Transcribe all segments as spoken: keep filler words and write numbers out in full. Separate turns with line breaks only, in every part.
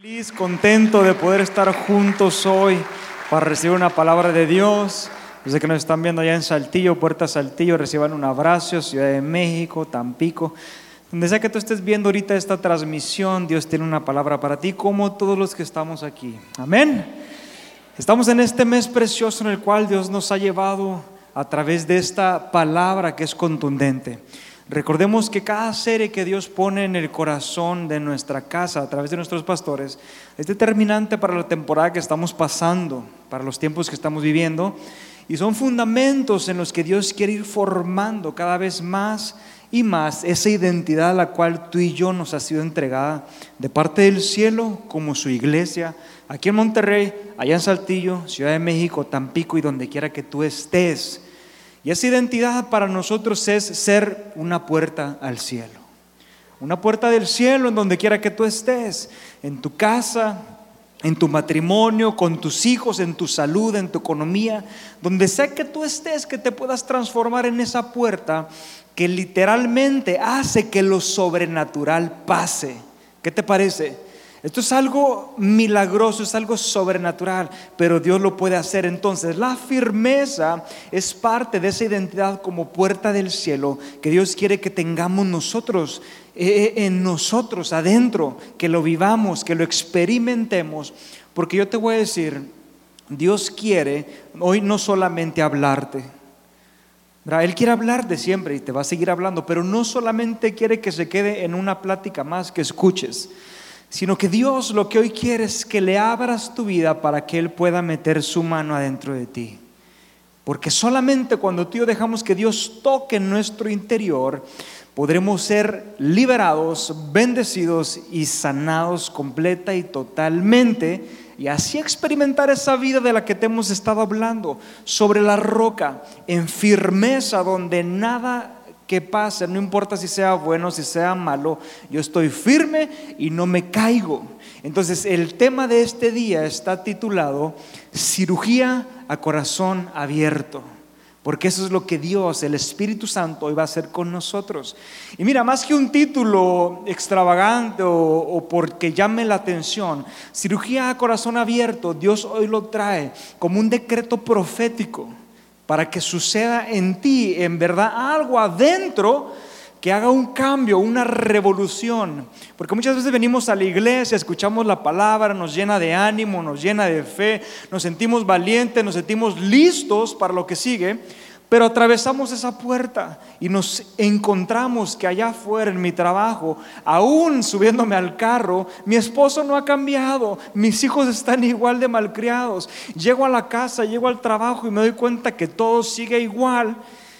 Feliz, contento de poder estar juntos hoy para recibir una palabra de Dios. Desde que nos están viendo allá en Saltillo, Puerta Saltillo, reciban un abrazo. Ciudad de México, Tampico, donde sea que tú estés viendo ahorita esta transmisión, Dios tiene una palabra para ti, como todos los que estamos aquí. Amén. Estamos en este mes precioso en el cual Dios nos ha llevado a través de esta palabra que es contundente. Recordemos que cada serie que Dios pone en el corazón de nuestra casa a través de nuestros pastores es determinante para la temporada que estamos pasando, para los tiempos que estamos viviendo, y son fundamentos en los que Dios quiere ir formando cada vez más y más esa identidad a la cual tú y yo nos ha sido entregada de parte del cielo como su iglesia, aquí en Monterrey, allá en Saltillo, Ciudad de México, Tampico y donde quiera que tú estés. Y esa identidad para nosotros es ser una puerta al cielo. Una puerta del cielo en donde quiera que tú estés, en tu casa, en tu matrimonio, con tus hijos, en tu salud, en tu economía, donde sea que tú estés, que te puedas transformar en esa puerta que literalmente hace que lo sobrenatural pase. ¿Qué te parece? Esto es algo milagroso, es algo sobrenatural, pero Dios lo puede hacer. Entonces la firmeza es parte de esa identidad como puerta del cielo que Dios quiere que tengamos nosotros, eh, en nosotros adentro, que lo vivamos, que lo experimentemos. Porque yo te voy a decir, Dios quiere hoy no solamente hablarte, ¿verdad? Él quiere hablarte siempre y te va a seguir hablando, pero no solamente quiere que se quede en una plática más que escuches, sino que Dios lo que hoy quiere es que le abras tu vida para que Él pueda meter su mano adentro de ti. Porque solamente cuando tú y yo dejamos que Dios toque en nuestro interior, podremos ser liberados, bendecidos y sanados completa y totalmente, y así experimentar esa vida de la que te hemos estado hablando, sobre la roca, en firmeza, donde nada que pase, no importa si sea bueno, si sea malo, yo estoy firme y no me caigo. Entonces el tema de este día está titulado Cirugía a corazón abierto, porque eso es lo que Dios, el Espíritu Santo, hoy va a hacer con nosotros. Y mira, más que un título extravagante o, o porque llame la atención, cirugía a corazón abierto, Dios hoy lo trae como un decreto profético para que suceda en ti, en verdad, algo adentro que haga un cambio, una revolución. Porque muchas veces venimos a la iglesia, escuchamos la palabra, nos llena de ánimo, nos llena de fe, nos sentimos valientes, nos sentimos listos para lo que sigue, pero atravesamos esa puerta y nos encontramos que allá afuera en mi trabajo, aún subiéndome al carro, mi esposo no ha cambiado, mis hijos están igual de malcriados. Llego a la casa, llego al trabajo y me doy cuenta que todo sigue igual.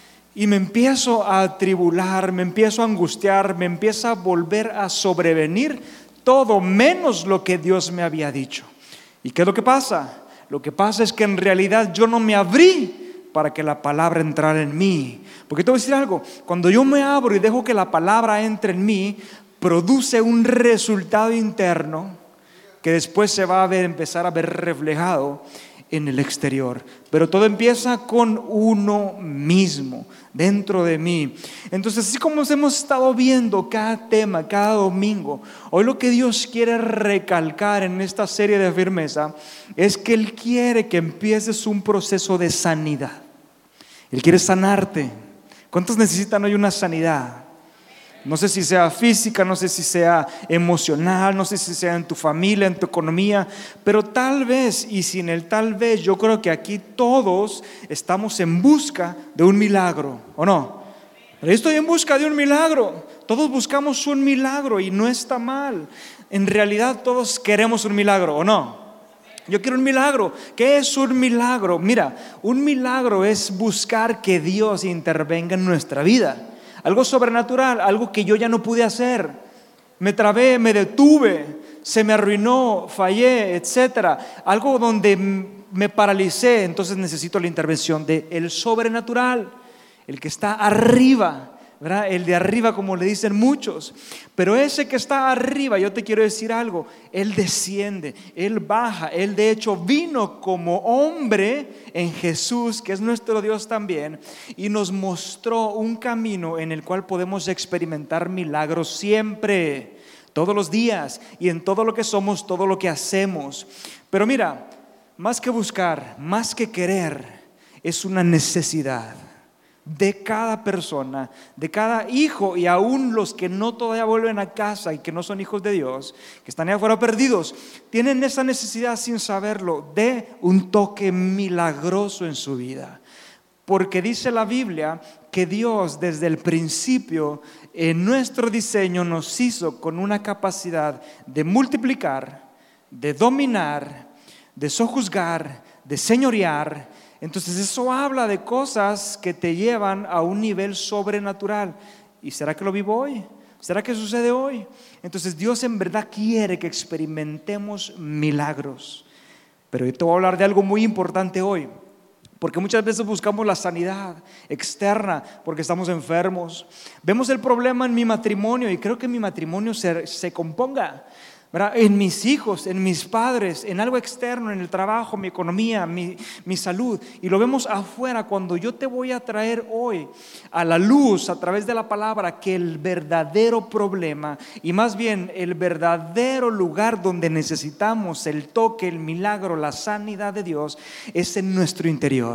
Y me empiezo a atribular, me empiezo a angustiar, me empieza a volver a sobrevenir todo menos lo que Dios me había dicho. ¿Y qué es lo que pasa? Lo que pasa es que en realidad yo no me abrí para que la palabra entrara en mí. Porque te voy a decir algo, cuando yo me abro y dejo que la palabra entre en mí, produce un resultado interno que después se va a ver, empezar a ver reflejado en el exterior. Pero todo empieza con uno mismo, dentro de mí. Entonces, así como hemos estado viendo cada tema, cada domingo, hoy lo que Dios quiere recalcar en esta serie de firmeza es que Él quiere que empieces un proceso de sanidad. Él quiere sanarte. ¿Cuántos necesitan hoy una sanidad? No sé si sea física, no sé si sea emocional, no sé si sea en tu familia, en tu economía, pero tal vez, y sin el tal vez, yo creo que aquí todos estamos en busca de un milagro, ¿o no? Yo estoy en busca de un milagro. Todos buscamos un milagro y no está mal. En realidad todos queremos un milagro, ¿o no? Yo quiero un milagro. ¿Qué es un milagro? Mira, un milagro es buscar que Dios intervenga en nuestra vida. Algo sobrenatural, algo que yo ya no pude hacer. Me trabé, me detuve, se me arruinó, fallé, etcétera. Algo donde me paralicé, entonces necesito la intervención del sobrenatural, el que está arriba, ¿verdad? El de arriba, como le dicen muchos. Pero ese que está arriba, yo te quiero decir algo, Él desciende, Él baja. Él de hecho vino como hombre en Jesús, que es nuestro Dios también, y nos mostró un camino en el cual podemos experimentar milagros siempre. todos los días y en todo lo que somos, todo lo que hacemos. Pero mira, más que buscar, más que querer, es una necesidad de cada persona, de cada hijo, y aún los que no todavía vuelven a casa y que no son hijos de Dios, que están allá afuera perdidos, tienen esa necesidad sin saberlo de un toque milagroso en su vida. Porque dice la Biblia que Dios desde el principio en nuestro diseño nos hizo con una capacidad de multiplicar, de dominar, de sojuzgar, de señorear. Entonces eso habla de cosas que te llevan a un nivel sobrenatural. ¿Y será que lo vivo hoy? ¿Será que sucede hoy? Entonces Dios en verdad quiere que experimentemos milagros. Pero yo te voy a hablar de algo muy importante hoy. Porque muchas veces buscamos la sanidad externa porque estamos enfermos. Vemos el problema en mi matrimonio y creo que mi matrimonio se, se componga, ¿verdad? En mis hijos, en mis padres, en algo externo, en el trabajo, mi economía, mi, mi salud. Y lo vemos afuera. Cuando yo te voy a traer hoy a la luz a través de la palabra que el verdadero problema, y más bien el verdadero lugar donde necesitamos el toque, el milagro, la sanidad de Dios, es en nuestro interior.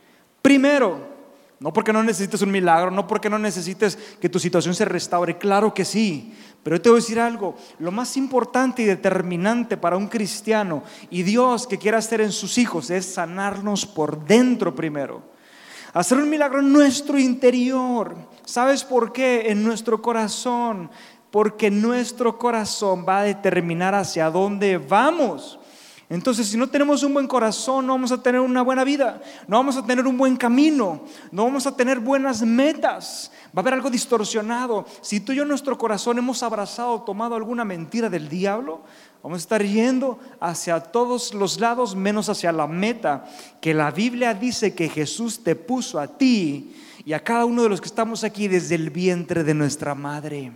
Primero, no porque no necesites un milagro, no porque no necesites que tu situación se restaure, claro que sí. Pero yo te voy a decir algo, lo más importante y determinante para un cristiano y Dios que quiere hacer en sus hijos es sanarnos por dentro primero. Hacer un milagro en nuestro interior. ¿Sabes por qué? En nuestro corazón. Porque nuestro corazón va a determinar hacia dónde vamos. Entonces, si no tenemos un buen corazón, no vamos a tener una buena vida, no vamos a tener un buen camino, no vamos a tener buenas metas. Va a haber algo distorsionado. Si tú y yo en nuestro corazón hemos abrazado, tomado alguna mentira del diablo, vamos a estar yendo hacia todos los lados menos hacia la meta que la Biblia dice que Jesús te puso a ti y a cada uno de los que estamos aquí desde el vientre de nuestra madre.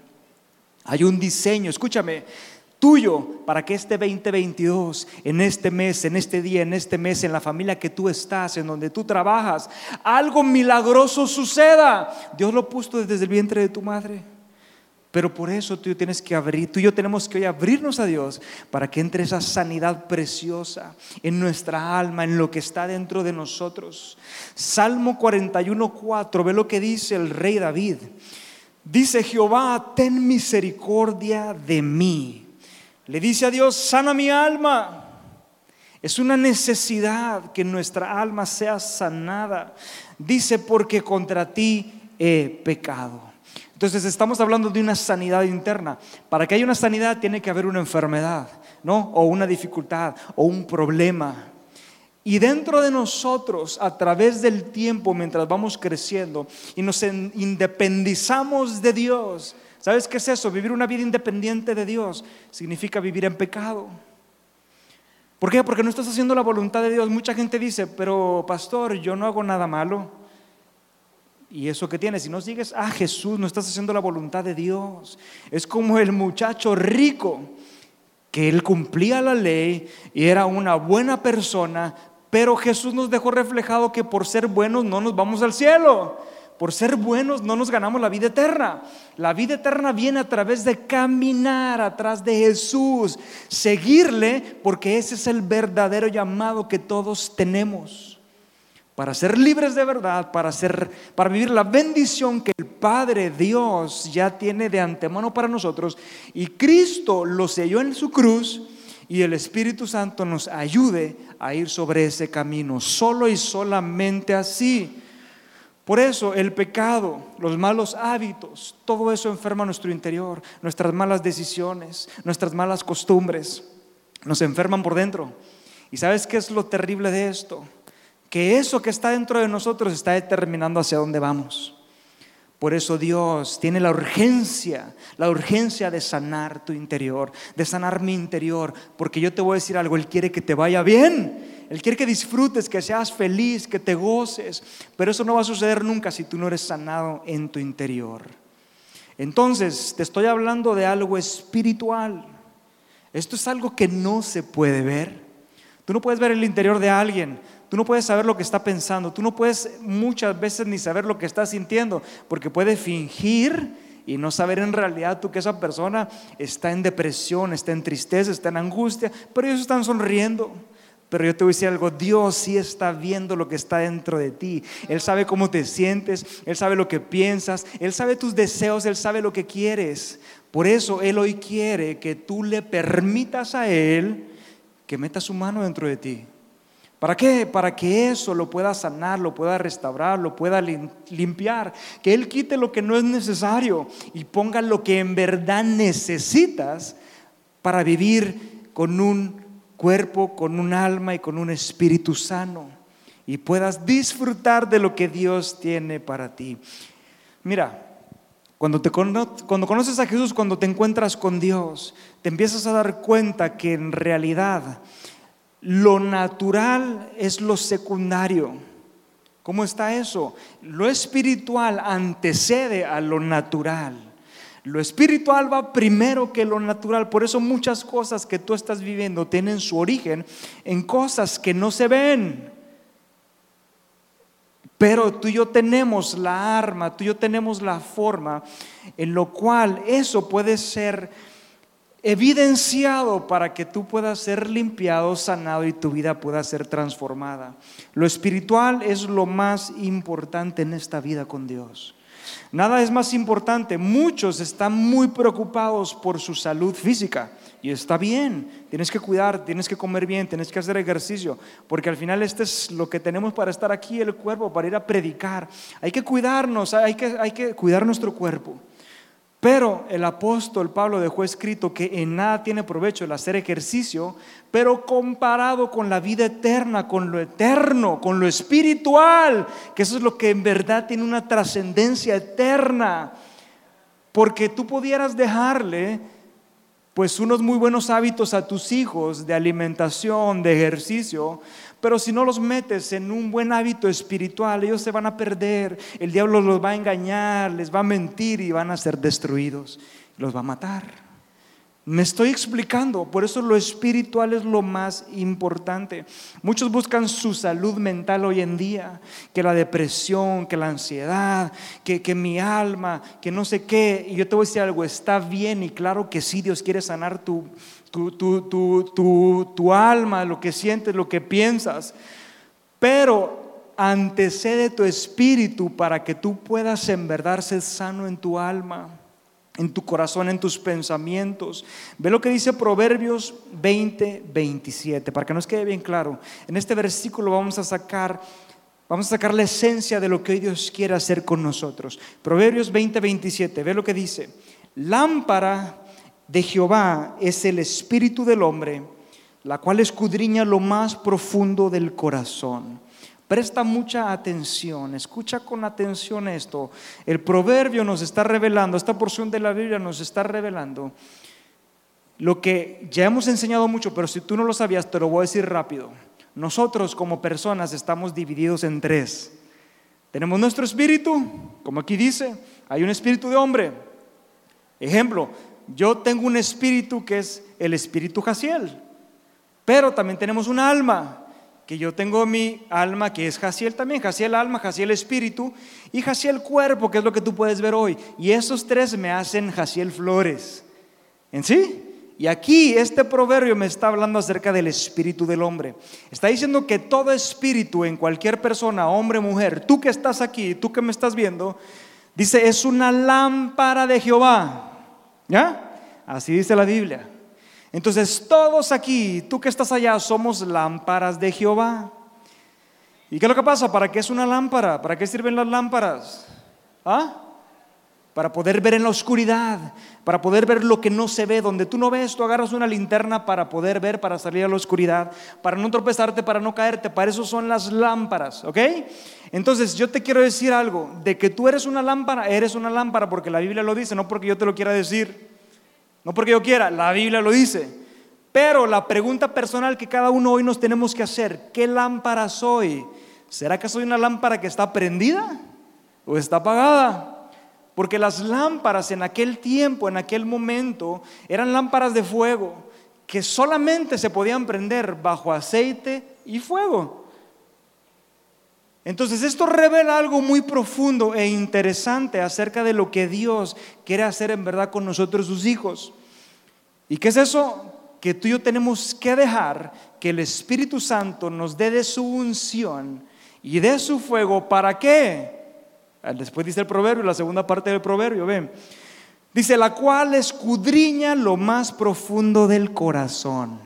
Hay un diseño, escúchame, tuyo para que este veinte veintidós, en este mes, en este día, en este mes, en la familia que tú estás, en donde tú trabajas, algo milagroso suceda. Dios lo puso desde el vientre de tu madre. Pero por eso tú tienes que abrir, tú y yo tenemos que hoy abrirnos a Dios para que entre esa sanidad preciosa en nuestra alma, en lo que está dentro de nosotros. Salmo cuarenta y uno, cuatro, ve lo que dice el rey David. Dice: Jehová, ten misericordia de mí. Le dice a Dios: sana mi alma. Es una necesidad que nuestra alma sea sanada. Dice: porque contra ti he pecado. Entonces estamos hablando de una sanidad interna. Para que haya una sanidad tiene que haber una enfermedad, ¿no? O una dificultad o un problema. Y dentro de nosotros, a través del tiempo, mientras vamos creciendo y nos independizamos de Dios. ¿Sabes qué es eso? Vivir una vida independiente de Dios significa vivir en pecado. ¿Por qué? Porque no estás haciendo la voluntad de Dios. Mucha gente dice: pero pastor, yo no hago nada malo. ¿Y eso qué tienes? Si no sigues a Jesús, no estás haciendo la voluntad de Dios. Es como el muchacho rico, que él cumplía la ley y era una buena persona, pero Jesús nos dejó reflejado que por ser buenos no nos vamos al cielo. Por ser buenos no nos ganamos la vida eterna. La vida eterna viene a través de caminar atrás de Jesús, seguirle, porque ese es el verdadero llamado que todos tenemos. Para ser libres de verdad, para, ser, para vivir la bendición que el Padre Dios ya tiene de antemano para nosotros. Y Cristo lo selló en su cruz, y el Espíritu Santo nos ayude a ir sobre ese camino. Solo y solamente así. Por eso el pecado, los malos hábitos, todo eso enferma nuestro interior. Nuestras malas decisiones, nuestras malas costumbres nos enferman por dentro. ¿Y sabes qué es lo terrible de esto? Que eso que está dentro de nosotros está determinando hacia dónde vamos. Por eso Dios tiene la urgencia, la urgencia de sanar tu interior, de sanar mi interior. Porque yo te voy a decir algo, Él quiere que te vaya bien. Él quiere que disfrutes, que seas feliz, que te goces. Pero eso no va a suceder nunca si tú no eres sanado en tu interior. Entonces te estoy hablando de algo espiritual. Esto es algo que no se puede ver. Tú no puedes ver el interior de alguien. Tú no puedes saber lo que está pensando. Tú no puedes muchas veces ni saber lo que está sintiendo, porque puede fingir y no saber en realidad tú que esa persona está en depresión, está en tristeza, está en angustia, pero ellos están sonriendo. Pero yo te voy a decir algo, Dios sí está viendo lo que está dentro de ti. Él sabe cómo te sientes, Él sabe lo que piensas, Él sabe tus deseos, Él sabe lo que quieres. Por eso Él hoy quiere que tú le permitas a Él que meta su mano dentro de ti. ¿Para qué? Para que eso lo pueda sanar, lo pueda restaurar, lo pueda limpiar. Que Él quite lo que no es necesario y ponga lo que en verdad necesitas para vivir con un cuerpo, con un alma y con un espíritu sano, y puedas disfrutar de lo que Dios tiene para ti. Mira, cuando, te cono- cuando conoces a Jesús, cuando te encuentras con Dios, te empiezas a dar cuenta que en realidad lo natural es lo secundario. ¿Cómo está eso? Lo espiritual antecede a lo natural. Lo espiritual va primero que lo natural. Por eso muchas cosas que tú estás viviendo tienen su origen en cosas que no se ven. Pero tú y yo tenemos la arma, tú y yo tenemos la forma en lo cual eso puede ser evidenciado para que tú puedas ser limpiado, sanado y tu vida pueda ser transformada. Lo espiritual es lo más importante en esta vida con Dios. Nada es más importante. Muchos están muy preocupados por su salud física, y está bien, tienes que cuidar, tienes que comer bien, tienes que hacer ejercicio, porque al final este es lo que tenemos para estar aquí, el cuerpo, para ir a predicar. Hay que cuidarnos, hay que, hay que cuidar nuestro cuerpo. Pero el apóstol Pablo dejó escrito que en nada tiene provecho el hacer ejercicio, pero comparado con la vida eterna, con lo eterno, con lo espiritual, que eso es lo que en verdad tiene una trascendencia eterna. Porque tú pudieras dejarle pues unos muy buenos hábitos a tus hijos de alimentación, de ejercicio, pero si no los metes en un buen hábito espiritual, ellos se van a perder. El diablo los va a engañar, les va a mentir y van a ser destruidos, los va a matar. Me estoy explicando. Por eso lo espiritual es lo más importante. Muchos buscan su salud mental hoy en día, que la depresión, que la ansiedad, que, que mi alma, que no sé qué. Y yo te voy a decir algo, está bien y claro que sí, Dios quiere sanar tu, tu, tu, tu, tu, tu alma, lo que sientes, lo que piensas. Pero antecede tu espíritu para que tú puedas en verdad ser sano en tu alma, en tu corazón, en tus pensamientos. Ve lo que dice Proverbios veinte, veintisiete, para que nos quede bien claro. En este versículo vamos a sacar Vamos a sacar la esencia de lo que hoy Dios quiere hacer con nosotros. Proverbios veinte, veintisiete, ve lo que dice: lámpara de Jehová es el espíritu del hombre, la cual escudriña lo más profundo del corazón. Presta mucha atención, escucha con atención esto. El proverbio nos está revelando, esta porción de la Biblia nos está revelando lo que ya hemos enseñado mucho, pero si tú no lo sabías, te lo voy a decir rápido. Nosotros como personas estamos divididos en tres. Tenemos nuestro espíritu, como aquí dice, hay un espíritu de hombre. Ejemplo, yo tengo un espíritu que es el espíritu Jaciel, pero también tenemos un alma, que yo tengo mi alma que es Jaciel también, Jaciel alma, Jaciel espíritu y Jaciel cuerpo, que es lo que tú puedes ver hoy. Y esos tres me hacen Jaciel flores, ¿en sí? Y aquí este proverbio me está hablando acerca del espíritu del hombre. Está diciendo que todo espíritu en cualquier persona, hombre, mujer, tú que estás aquí, tú que me estás viendo, dice, es una lámpara de Jehová. ¿Ya? Así dice la Biblia. Entonces todos aquí, tú que estás allá, somos lámparas de Jehová. ¿Y qué es lo que pasa? ¿Para qué es una lámpara? ¿Para qué sirven las lámparas? ¿Ah? Para poder ver en la oscuridad, para poder ver lo que no se ve. Donde tú no ves, tú agarras una linterna para poder ver, para salir a la oscuridad, para no tropezarte, para no caerte. Para eso son las lámparas, ¿ok? Entonces yo te quiero decir algo, de que tú eres una lámpara, eres una lámpara porque la Biblia lo dice, no porque yo te lo quiera decir. No porque yo quiera, la Biblia lo dice. Pero la pregunta personal que cada uno hoy nos tenemos que hacer: ¿qué lámpara soy? ¿Será que soy una lámpara que está prendida o está apagada? Porque las lámparas en aquel tiempo, en aquel momento, eran lámparas de fuego que solamente se podían prender bajo aceite y fuego. Entonces esto revela algo muy profundo e interesante acerca de lo que Dios quiere hacer en verdad con nosotros sus hijos. ¿Y qué es eso? Que tú y yo tenemos que dejar que el Espíritu Santo nos dé de su unción y de su fuego. ¿Para qué? Después dice el proverbio, la segunda parte del proverbio, ven. Dice, la cual escudriña lo más profundo del corazón.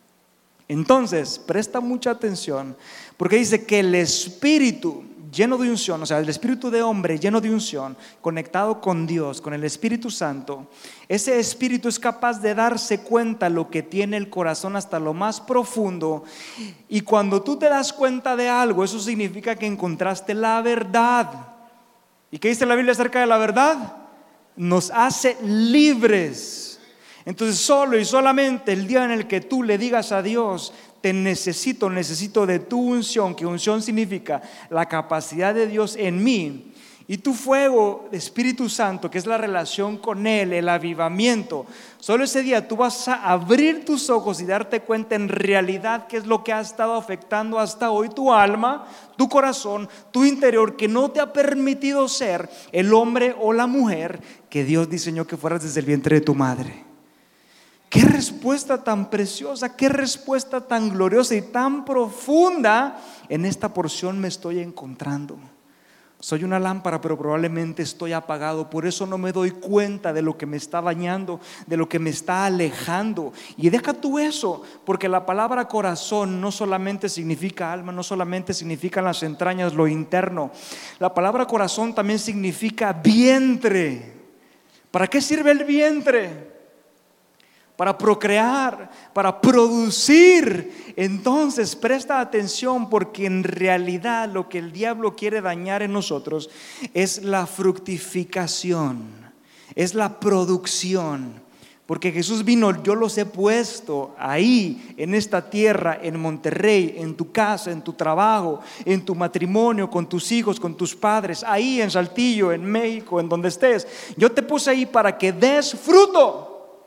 Entonces, presta mucha atención, porque dice que el Espíritu lleno de unción, o sea, el espíritu de hombre lleno de unción, conectado con Dios, con el Espíritu Santo, ese espíritu es capaz de darse cuenta lo que tiene el corazón hasta lo más profundo. Y cuando tú te das cuenta de algo, eso significa que encontraste la verdad. ¿Y qué dice la Biblia acerca de la verdad? Nos hace libres. Entonces solo y solamente el día en el que tú le digas a Dios, te necesito, necesito de tu unción, que unción significa la capacidad de Dios en mí, y tu fuego, Espíritu Santo, que es la relación con Él, el avivamiento. Solo ese día tú vas a abrir tus ojos y darte cuenta en realidad qué es lo que ha estado afectando hasta hoy tu alma, tu corazón, tu interior, que no te ha permitido ser el hombre o la mujer que Dios diseñó que fueras desde el vientre de tu madre. Qué respuesta tan preciosa, qué respuesta tan gloriosa y tan profunda en esta porción me estoy encontrando. Soy una lámpara, pero probablemente estoy apagado, por eso no me doy cuenta de lo que me está dañando, de lo que me está alejando. Y deja tú eso, porque la palabra corazón no solamente significa alma, no solamente significa las entrañas, lo interno. La palabra corazón también significa vientre. ¿Para qué sirve el vientre? Para procrear, para producir. Entonces presta atención, porque en realidad lo que el diablo quiere dañar en nosotros es la fructificación, es la producción. Porque Jesús vino, yo los he puesto ahí en esta tierra, en Monterrey, en tu casa, en tu trabajo, en tu matrimonio, con tus hijos, con tus padres, ahí en Saltillo, en México, en donde estés. Yo te puse ahí para que des fruto.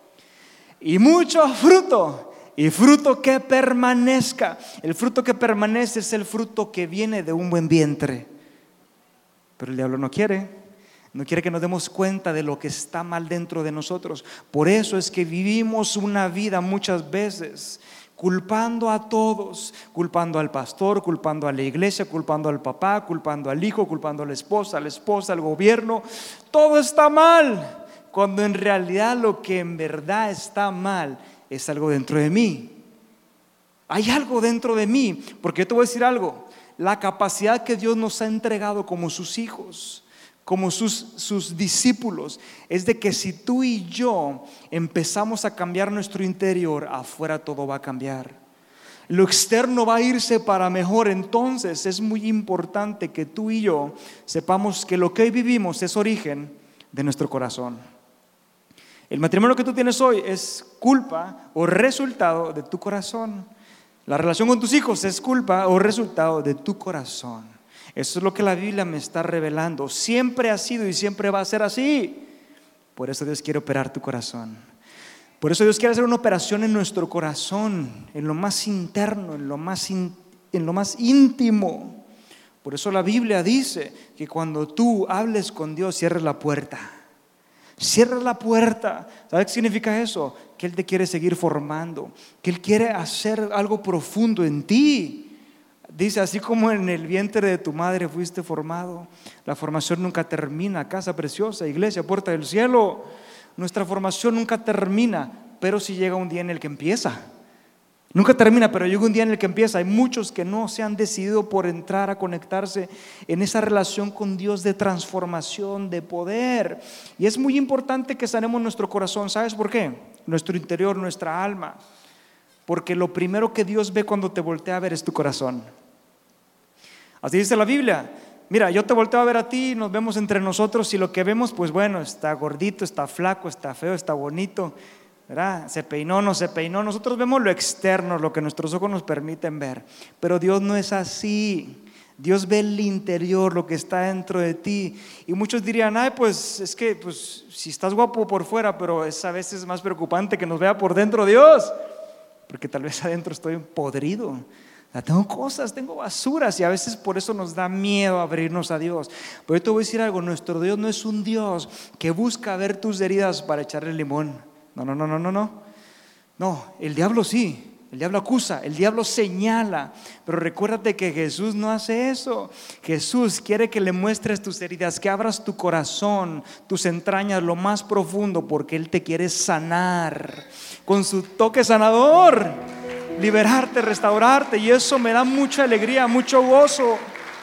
Y mucho fruto, y fruto que permanezca. El fruto que permanece es el fruto que viene de un buen vientre. Pero el diablo no quiere, no quiere que nos demos cuenta de lo que está mal dentro de nosotros. Por eso es que vivimos una vida muchas veces culpando a todos, culpando al pastor, culpando a la iglesia, culpando al papá, culpando al hijo, culpando a la esposa, a la esposa, al gobierno. Todo está mal. Cuando en realidad lo que en verdad está mal es algo dentro de mí. Hay algo dentro de mí, porque yo te voy a decir algo. La capacidad que Dios nos ha entregado como sus hijos, como sus, sus discípulos, es de que si tú y yo empezamos a cambiar nuestro interior, afuera todo va a cambiar. Lo externo va a irse para mejor. Entonces es muy importante que tú y yo sepamos que lo que hoy vivimos es origen de nuestro corazón. El matrimonio que tú tienes hoy es culpa o resultado de tu corazón. La relación con tus hijos es culpa o resultado de tu corazón. Eso es lo que la Biblia me está revelando. Siempre ha sido y siempre va a ser así. Por eso Dios quiere operar tu corazón. Por eso Dios quiere hacer una operación en nuestro corazón, en lo más interno, en lo más, in, en lo más íntimo. Por eso la Biblia dice que cuando tú hables con Dios, cierres la puerta. Cierra la puerta. ¿Sabes qué significa eso? Que Él te quiere seguir formando, que Él quiere hacer algo profundo en ti. Dice, así como en el vientre de tu madre fuiste formado. La formación nunca termina. Casa preciosa, iglesia, puerta del cielo. Nuestra formación nunca termina, pero sí llega un día en el que empieza. Nunca termina, pero llega un día en el que empieza. Hay muchos que no se han decidido por entrar a conectarse en esa relación con Dios de transformación, de poder. Y es muy importante que sanemos nuestro corazón. ¿Sabes por qué? Nuestro interior, nuestra alma. Porque lo primero que Dios ve cuando te voltea a ver es tu corazón. Así dice la Biblia. Mira, yo te volteo a ver a ti, nos vemos entre nosotros y lo que vemos, pues bueno, está gordito, está flaco, está feo, está bonito, ¿verdad? Se peinó, no se peinó. Nosotros vemos lo externo, lo que nuestros ojos nos permiten ver. Pero Dios no es así. Dios ve el interior, lo que está dentro de ti. Y muchos dirían, ay, pues es que pues, si estás guapo por fuera, pero es a veces más preocupante que nos vea por dentro Dios. Porque tal vez adentro estoy podrido. Ya tengo cosas, tengo basuras y a veces por eso nos da miedo abrirnos a Dios. Pero yo te voy a decir algo, nuestro Dios no es un Dios que busca ver tus heridas para echarle limón. No, no, no, no, no, no. No, el diablo sí. El diablo acusa, el diablo señala, pero recuérdate que Jesús no hace eso. Jesús quiere que le muestres tus heridas, que abras tu corazón, tus entrañas, lo más profundo, porque Él te quiere sanar con su toque sanador, liberarte, restaurarte, y eso me da mucha alegría, mucho gozo.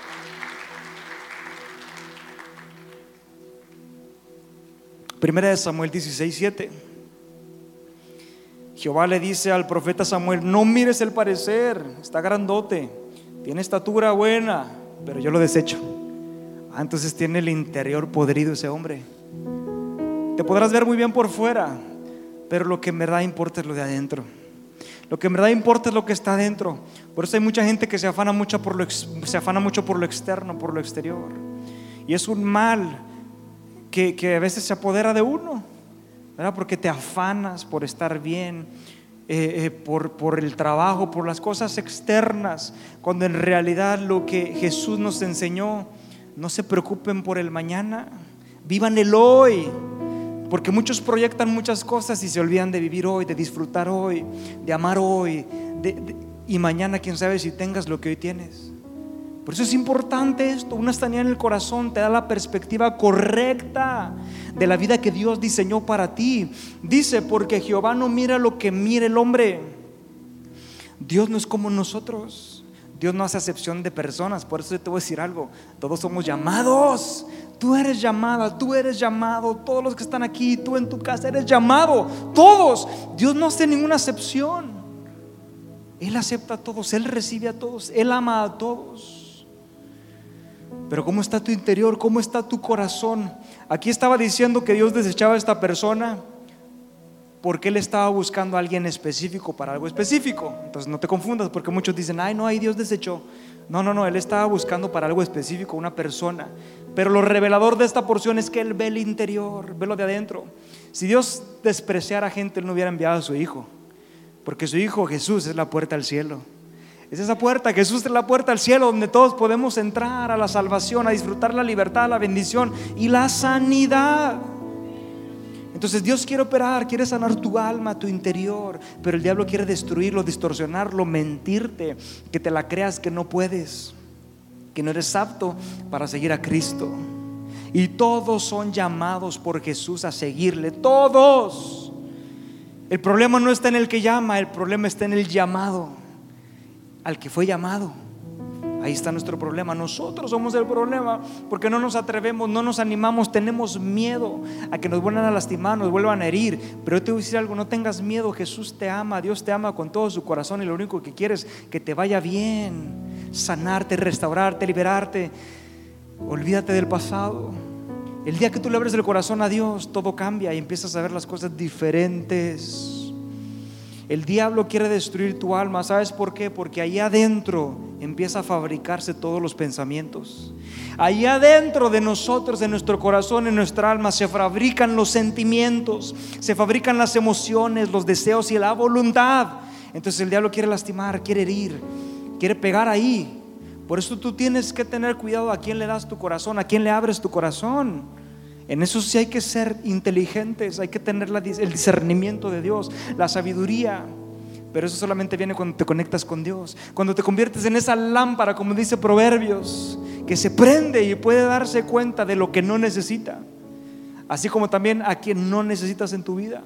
Primera de Samuel dieciséis, siete. Jehová le dice al profeta Samuel: no mires el parecer, está grandote, tiene estatura buena, pero yo lo desecho. Ah, entonces tiene el interior podrido ese hombre. Te podrás ver muy bien por fuera, pero lo que en verdad importa es lo de adentro. Lo que en verdad importa es lo que está adentro. Por eso hay mucha gente que se afana mucho por lo, ex, se afana mucho por lo externo, por lo exterior. Y es un mal que, que a veces se apodera de uno, ¿verdad? Porque te afanas por estar bien, eh, eh, por, por el trabajo, por las cosas externas, cuando en realidad lo que Jesús nos enseñó: no se preocupen por el mañana, vivan el hoy. Porque muchos proyectan muchas cosas y se olvidan de vivir hoy, de disfrutar hoy, de amar hoy, de, de, y mañana quién sabe si tengas lo que hoy tienes. Por eso es importante esto. Una sanidad en el corazón te da la perspectiva correcta de la vida que Dios diseñó para ti. Dice: porque Jehová no mira lo que mira el hombre. Dios no es como nosotros. Dios no hace acepción de personas. Por eso te voy a decir algo: todos somos llamados. Tú eres llamada, tú eres llamado. Todos los que están aquí, tú en tu casa eres llamado. Todos. Dios no hace ninguna acepción. Él acepta a todos, Él recibe a todos, Él ama a todos. Pero ¿cómo está tu interior? ¿Cómo está tu corazón? Aquí estaba diciendo que Dios desechaba a esta persona porque Él estaba buscando a alguien específico para algo específico. Entonces no te confundas, porque muchos dicen: ay, no, ahí Dios desechó. No, no, no, Él estaba buscando para algo específico, una persona. Pero lo revelador de esta porción es que Él ve el interior, ve lo de adentro. Si Dios despreciara a gente, Él no hubiera enviado a su Hijo, porque su Hijo Jesús es la puerta al cielo. Es esa puerta, Jesús es la puerta al cielo, donde todos podemos entrar a la salvación, a disfrutar la libertad, la bendición y la sanidad. Entonces Dios quiere operar, quiere sanar tu alma, tu interior, pero el diablo quiere destruirlo, distorsionarlo, mentirte, que te la creas que no puedes, que no eres apto para seguir a Cristo. Y todos son llamados por Jesús a seguirle, todos. El problema no está en el que llama, el problema está en el llamado, al que fue llamado. Ahí está nuestro problema. Nosotros somos el problema, porque no nos atrevemos, no nos animamos, tenemos miedo a que nos vuelvan a lastimar, nos vuelvan a herir. Pero yo te voy a decir algo: no tengas miedo. Jesús te ama, Dios te ama con todo su corazón, y lo único que quiere es que te vaya bien, sanarte, restaurarte, liberarte. Olvídate del pasado. El día que tú le abres el corazón a Dios, todo cambia y empiezas a ver las cosas diferentes. El diablo quiere destruir tu alma. ¿Sabes por qué? Porque ahí adentro empieza a fabricarse todos los pensamientos. Ahí adentro de nosotros, de nuestro corazón, en nuestra alma, se fabrican los sentimientos, se fabrican las emociones, los deseos y la voluntad. Entonces el diablo quiere lastimar, quiere herir, quiere pegar ahí. Por eso tú tienes que tener cuidado a quién le das tu corazón, a quién le abres tu corazón. En eso sí hay que ser inteligentes, hay que tener la, el discernimiento de Dios, la sabiduría. Pero eso solamente viene cuando te conectas con Dios, cuando te conviertes en esa lámpara, como dice Proverbios, que se prende y puede darse cuenta de lo que no necesita, así como también a quien no necesitas en tu vida,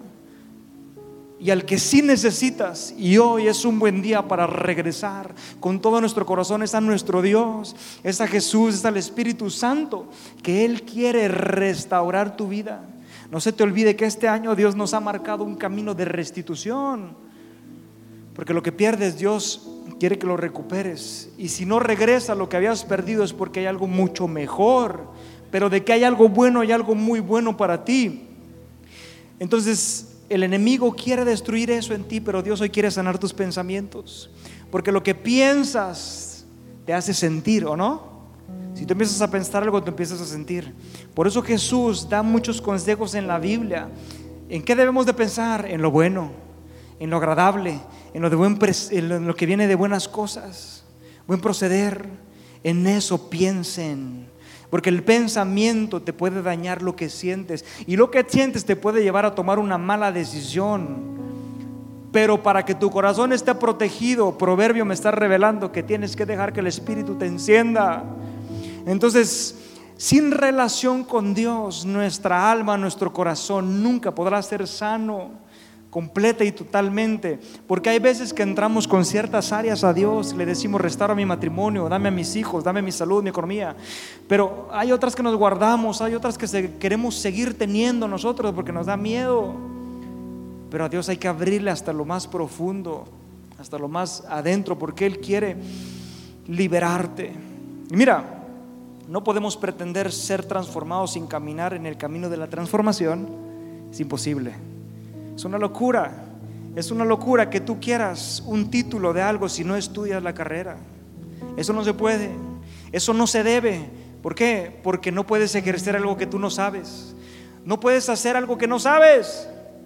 y al que sí necesitas. Y hoy es un buen día para regresar con todo nuestro corazón. Es a nuestro Dios, es a Jesús, es al Espíritu Santo, que Él quiere restaurar tu vida. No se te olvide que este año Dios nos ha marcado un camino de restitución, porque lo que pierdes Dios quiere que lo recuperes. Y si no regresa lo que habías perdido, es porque hay algo mucho mejor. Pero de que hay algo bueno, hay algo muy bueno para ti. Entonces el enemigo quiere destruir eso en ti, pero Dios hoy quiere sanar tus pensamientos, porque lo que piensas te hace sentir, ¿o no? Si tú empiezas a pensar algo, te empiezas a sentir. Por eso Jesús da muchos consejos en la Biblia. ¿En qué debemos de pensar? En lo bueno, en lo agradable, en lo, de buen, en lo que viene de buenas cosas, buen proceder, en eso piensen. Porque el pensamiento te puede dañar lo que sientes, y lo que sientes te puede llevar a tomar una mala decisión. Pero para que tu corazón esté protegido, Proverbio me está revelando que tienes que dejar que el Espíritu te encienda. Entonces, sin relación con Dios, nuestra alma, nuestro corazón nunca podrá ser sano, completa y totalmente. Porque hay veces que entramos con ciertas áreas a Dios, le decimos: restaura mi matrimonio, dame a mis hijos, dame mi salud, mi economía. Pero hay otras que nos guardamos, hay otras que se, queremos seguir teniendo nosotros porque nos da miedo. Pero a Dios hay que abrirle hasta lo más profundo, hasta lo más adentro, porque Él quiere liberarte. Y mira, no podemos pretender ser transformados sin caminar en el camino de la transformación. Es imposible. Es una locura. Es una locura que tú quieras un título de algo si no estudias la carrera. Eso no se puede. Eso no se debe. ¿Por qué? Porque no puedes ejercer algo que tú no sabes. No puedes hacer algo que no sabes.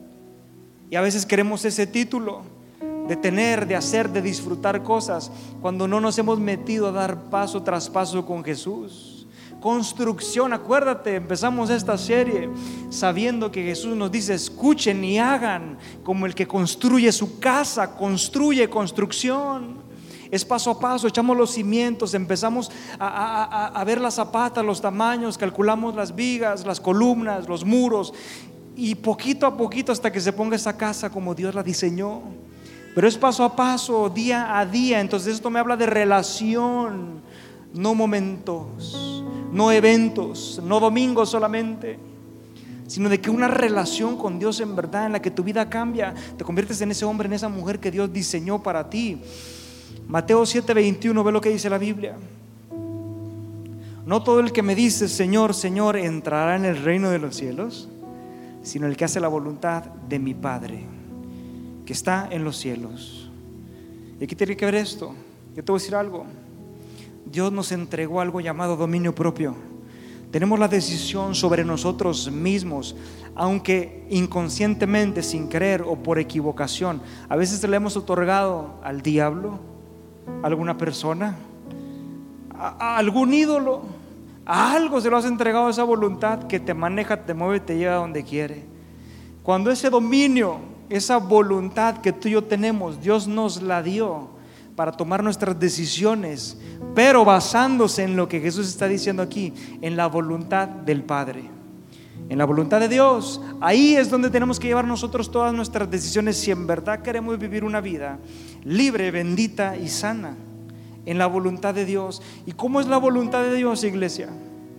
Y a veces queremos ese título de tener, de hacer, de disfrutar cosas, cuando no nos hemos metido a dar paso tras paso con Jesús. Construcción, acuérdate, empezamos esta serie sabiendo que Jesús nos dice: escuchen y hagan como el que construye su casa. Construye, construcción. Es paso a paso, echamos los cimientos, empezamos a, a, a, a ver las zapatas, los tamaños, calculamos las vigas, las columnas, los muros, y poquito a poquito hasta que se ponga esa casa como Dios la diseñó. Pero es paso a paso, día a día. Entonces esto me habla de relación, no momentos, no eventos, no domingos solamente, sino de que una relación con Dios en verdad, en la que tu vida cambia, te conviertes en ese hombre, en esa mujer que Dios diseñó para ti. Mateo siete veintiuno, ve lo que dice la Biblia: no todo el que me dice Señor, Señor entrará en el reino de los cielos, sino el que hace la voluntad de mi Padre que está en los cielos. Y aquí tiene que ver esto. Yo te voy a decir algo. Dios nos entregó algo llamado dominio propio. Tenemos la decisión sobre nosotros mismos, aunque inconscientemente, sin querer o por equivocación. A veces le hemos otorgado al diablo, a alguna persona, a, a algún ídolo, a algo se lo has entregado, esa voluntad que te maneja, te mueve, te lleva a donde quiere. Cuando ese dominio, esa voluntad que tú y yo tenemos, Dios nos la dio para tomar nuestras decisiones, pero basándose en lo que Jesús está diciendo aquí, en la voluntad del Padre, en la voluntad de Dios. Ahí es donde tenemos que llevar nosotros todas nuestras decisiones, si en verdad queremos vivir una vida libre, bendita y sana, en la voluntad de Dios. ¿Y cómo es la voluntad de Dios, iglesia?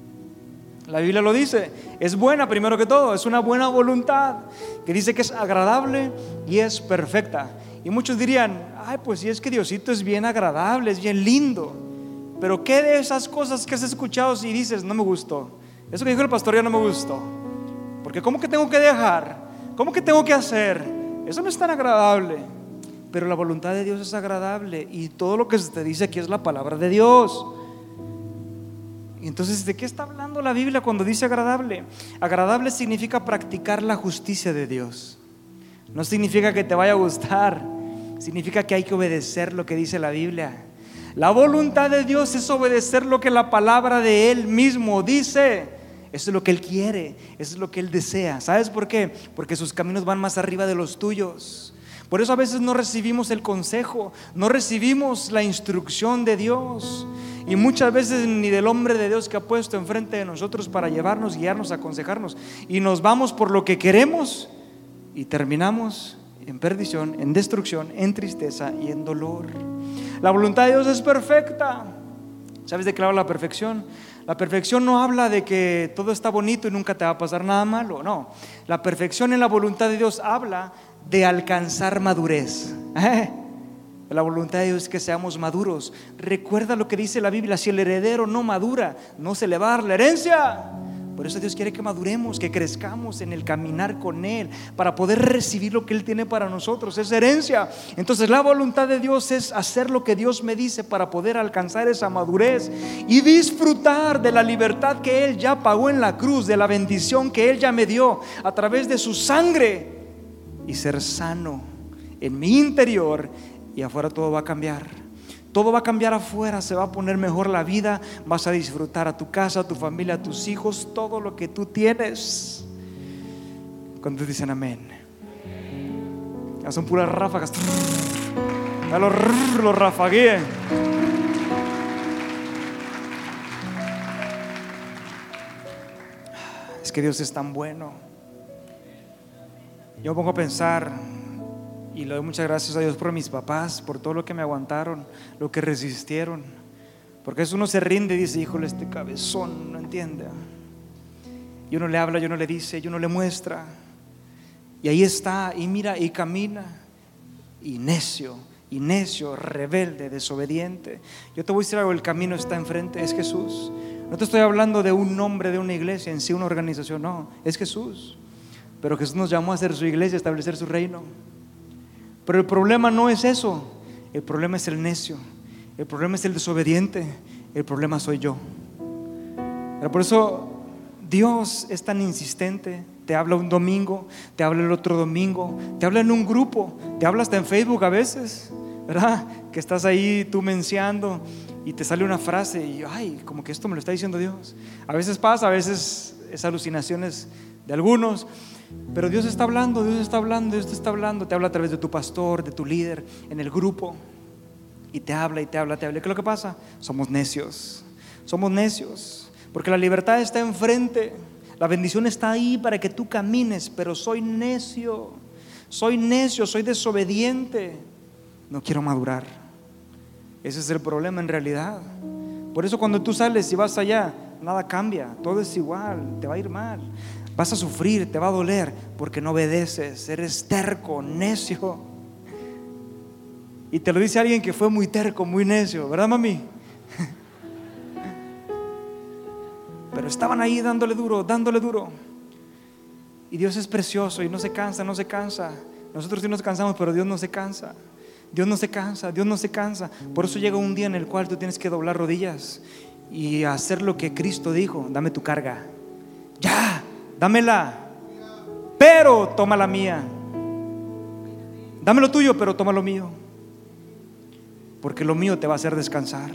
La Biblia lo dice, es buena primero que todo, es una buena voluntad que dice que es agradable y es perfecta. Y muchos dirían: ay, pues si es que Diosito es bien agradable, es bien lindo. Pero ¿qué de esas cosas que has escuchado si dices: no me gustó? Eso que dijo el pastor ya no me gustó. Porque ¿cómo que tengo que dejar? ¿Cómo que tengo que hacer? Eso no es tan agradable. Pero la voluntad de Dios es agradable, y todo lo que se te dice aquí es la palabra de Dios. Entonces, ¿de qué está hablando la Biblia cuando dice agradable? Agradable significa practicar la justicia de Dios. No significa que te vaya a gustar, significa que hay que obedecer lo que dice la Biblia. La voluntad de Dios es obedecer lo que la palabra de Él mismo dice. Eso es lo que Él quiere, eso es lo que Él desea. ¿Sabes por qué? Porque sus caminos van más arriba de los tuyos. Por eso a veces no recibimos el consejo, no recibimos la instrucción de Dios, y muchas veces ni del hombre de Dios que ha puesto enfrente de nosotros para llevarnos, guiarnos, aconsejarnos, y nos vamos por lo que queremos y terminamos en perdición, en destrucción, en tristeza y en dolor. La voluntad de Dios es perfecta. ¿Sabes de qué habla la perfección? La perfección no habla de que todo está bonito y nunca te va a pasar nada malo. No, la perfección en la voluntad de Dios habla de alcanzar madurez. ¿Eh? La voluntad de Dios es que seamos maduros. Recuerda lo que dice la Biblia: si el heredero no madura, no se le va a dar la herencia. Por eso Dios quiere que maduremos, que crezcamos en el caminar con Él, para poder recibir lo que Él tiene para nosotros, esa herencia. Entonces la voluntad de Dios es hacer lo que Dios me dice para poder alcanzar esa madurez y disfrutar de la libertad que Él ya pagó en la cruz, de la bendición que Él ya me dio a través de su sangre, y ser sano en mi interior, y afuera todo va a cambiar. Todo va a cambiar afuera, se va a poner mejor la vida, vas a disfrutar a tu casa, a tu familia, a tus hijos, todo lo que tú tienes. Cuando dicen amén, ya son puras ráfagas, ya los, los rafagué. Es que Dios es tan bueno. Yo me pongo a pensar y le doy muchas gracias a Dios por mis papás, por todo lo que me aguantaron, lo que resistieron. Porque eso uno se rinde y dice, híjole, este cabezón no entiende. Y uno le habla, y uno le dice, y uno le muestra. Y ahí está, y mira, y camina. Y necio, y necio, rebelde, desobediente. Yo te voy a decir algo, el camino está enfrente, es Jesús. No te estoy hablando de un nombre de una iglesia en sí, una organización, no, es Jesús. Pero Jesús nos llamó a hacer su iglesia, a establecer su reino. Pero el problema no es eso, el problema es el necio, el problema es el desobediente, el problema soy yo. Pero por eso Dios es tan insistente. Te habla un domingo, te habla el otro domingo, te habla en un grupo, te habla hasta en Facebook a veces, ¿verdad? Que estás ahí tú mencionando y te sale una frase y ay, como que esto me lo está diciendo Dios. A veces pasa, a veces es alucinaciones de algunos. Pero Dios está hablando, Dios está hablando, Dios te está hablando. Te habla a través de tu pastor, de tu líder, en el grupo. Y te habla y te habla, te habla. ¿Qué es lo que pasa? Somos necios, somos necios. Porque la libertad está enfrente, la bendición está ahí para que tú camines. Pero soy necio, soy necio, soy desobediente. No quiero madurar. Ese es el problema en realidad. Por eso cuando tú sales y vas allá, nada cambia, todo es igual, te va a ir mal. Vas a sufrir, te va a doler porque no obedeces, eres terco, necio. Y te lo dice alguien que fue muy terco, muy necio, ¿verdad, mami? Pero estaban ahí dándole duro, dándole duro. Y Dios es precioso y no se cansa, no se cansa. Nosotros sí nos cansamos, pero Dios no se cansa. Dios no se cansa, Dios no se cansa. Por eso llega un día en el cual tú tienes que doblar rodillas y hacer lo que Cristo dijo: dame tu carga, ya, dámela, pero toma la mía. Dame lo tuyo, pero toma lo mío, porque lo mío te va a hacer descansar.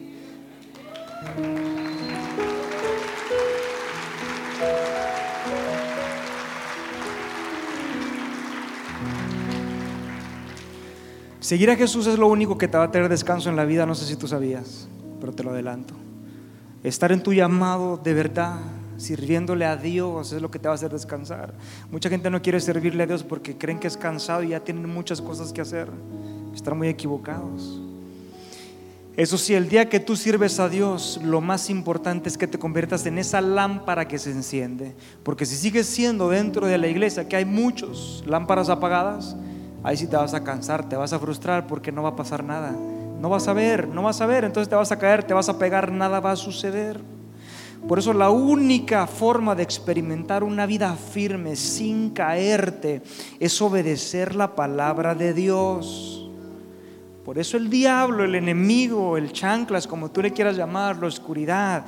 Seguir a Jesús es lo único que te va a tener descanso en la vida. No sé si tú sabías, pero te lo adelanto. Estar en tu llamado de verdad, sirviéndole a Dios, es lo que te va a hacer descansar. Mucha gente no quiere servirle a Dios porque creen que es cansado y ya tienen muchas cosas que hacer. Están muy equivocados. Eso sí, el día que tú sirves a Dios, lo más importante es que te conviertas en esa lámpara que se enciende. Porque si sigues siendo dentro de la iglesia, que hay muchos lámparas apagadas, ahí sí te vas a cansar, te vas a frustrar porque no va a pasar nada. No vas a ver, no vas a ver, entonces te vas a caer, te vas a pegar, nada va a suceder. Por eso la única forma de experimentar una vida firme sin caerte es obedecer la palabra de Dios. Por eso el diablo, el enemigo, el chanclas, como tú le quieras llamar, la oscuridad,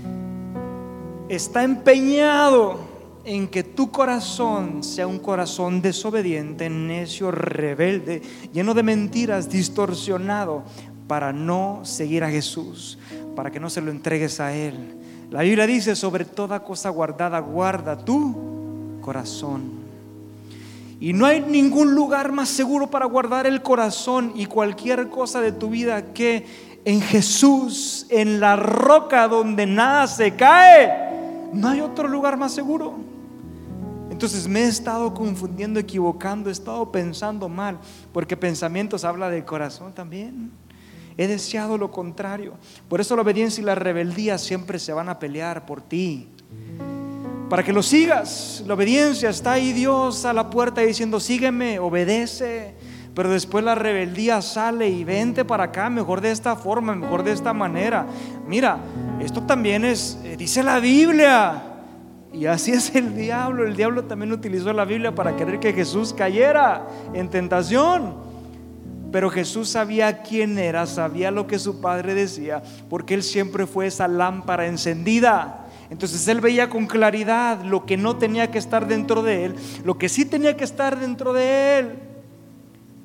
está empeñado en que tu corazón sea un corazón desobediente, necio, rebelde, lleno de mentiras, distorsionado, para no seguir a Jesús, para que no se lo entregues a Él. La Biblia dice: sobre toda cosa guardada, guarda tu corazón. Y no hay ningún lugar más seguro para guardar el corazón y cualquier cosa de tu vida que en Jesús, en la roca donde nada se cae. No hay otro lugar más seguro. Entonces me he estado confundiendo, equivocando, he estado pensando mal, porque pensamientos habla del corazón también. He deseado lo contrario. Por eso la obediencia y la rebeldía siempre se van a pelear por ti, para que lo sigas. La obediencia, está ahí Dios a la puerta diciendo: sígueme, obedece. Pero después la rebeldía sale y vente para acá, mejor de esta forma, mejor de esta manera. Mira, esto también es, dice la Biblia. Y así es el diablo. El diablo también utilizó la Biblia para querer que Jesús cayera en tentación. Pero Jesús sabía quién era, sabía lo que su Padre decía, porque Él siempre fue esa lámpara encendida. Entonces Él veía con claridad lo que no tenía que estar dentro de Él, lo que sí tenía que estar dentro de Él.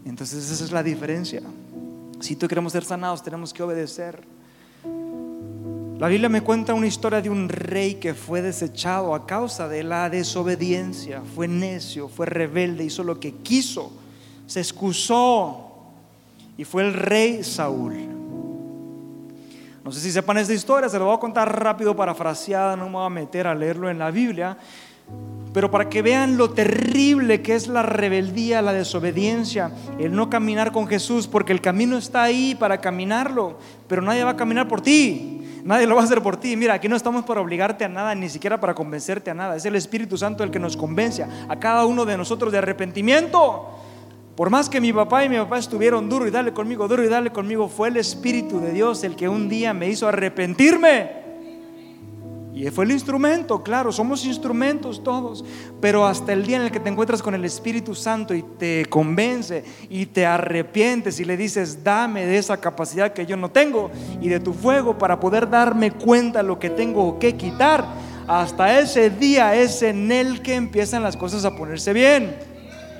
Entonces esa es la diferencia. Si tú queremos ser sanados, tenemos que obedecer. La Biblia me cuenta una historia de un rey que fue desechado a causa de la desobediencia. Fue necio, fue rebelde, hizo lo que quiso, se excusó, y fue el rey Saúl. No sé si sepan esta historia, se lo voy a contar rápido, parafraseada, no me voy a meter a leerlo en la Biblia, pero para que vean lo terrible que es la rebeldía, la desobediencia, el no caminar con Jesús, porque el camino está ahí para caminarlo, pero nadie va a caminar por ti. Nadie lo va a hacer por ti. Mira, aquí no estamos para obligarte a nada, ni siquiera para convencerte a nada. Es el Espíritu Santo el que nos convence a cada uno de nosotros de arrepentimiento. Por más que mi papá y mi papá estuvieron duro y dale conmigo, duro y dale conmigo, fue el Espíritu de Dios el que un día me hizo arrepentirme. Y fue el instrumento, claro, somos instrumentos todos. Pero hasta el día en el que te encuentras con el Espíritu Santo y te convence y te arrepientes y le dices: dame de esa capacidad que yo no tengo y de tu fuego para poder darme cuenta lo que tengo que quitar, hasta ese día es en el que empiezan las cosas a ponerse bien.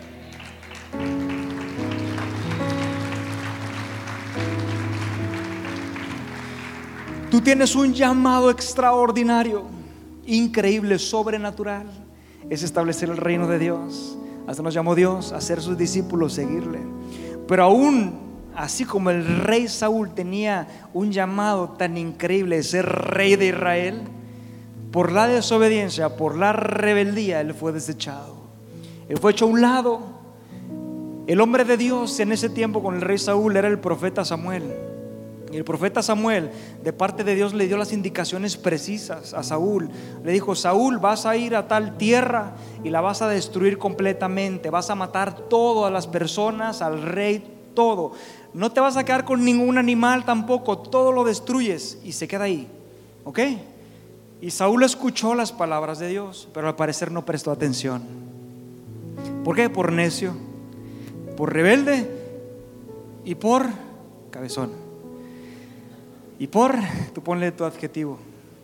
Tú tienes un llamado extraordinario, increíble, sobrenatural. Es establecer el reino de Dios. Hasta nos llamó Dios a ser sus discípulos, seguirle. Pero aún así como el rey Saúl tenía un llamado tan increíble de ser rey de Israel, por la desobediencia, por la rebeldía, él fue desechado. Él fue hecho a un lado. El hombre de Dios en ese tiempo con el rey Saúl era el profeta Samuel. Y el profeta Samuel, de parte de Dios, le dio las indicaciones precisas a Saúl. Le dijo: Saúl, vas a ir a tal tierra y la vas a destruir completamente. Vas a matar todas las personas, al rey, todo. No te vas a quedar con ningún animal tampoco. Todo lo destruyes y se queda ahí. ¿Ok? Y Saúl escuchó las palabras de Dios, pero al parecer no prestó atención. ¿Por qué? Por necio, por rebelde y por cabezón. Y por, tú ponle tu adjetivo.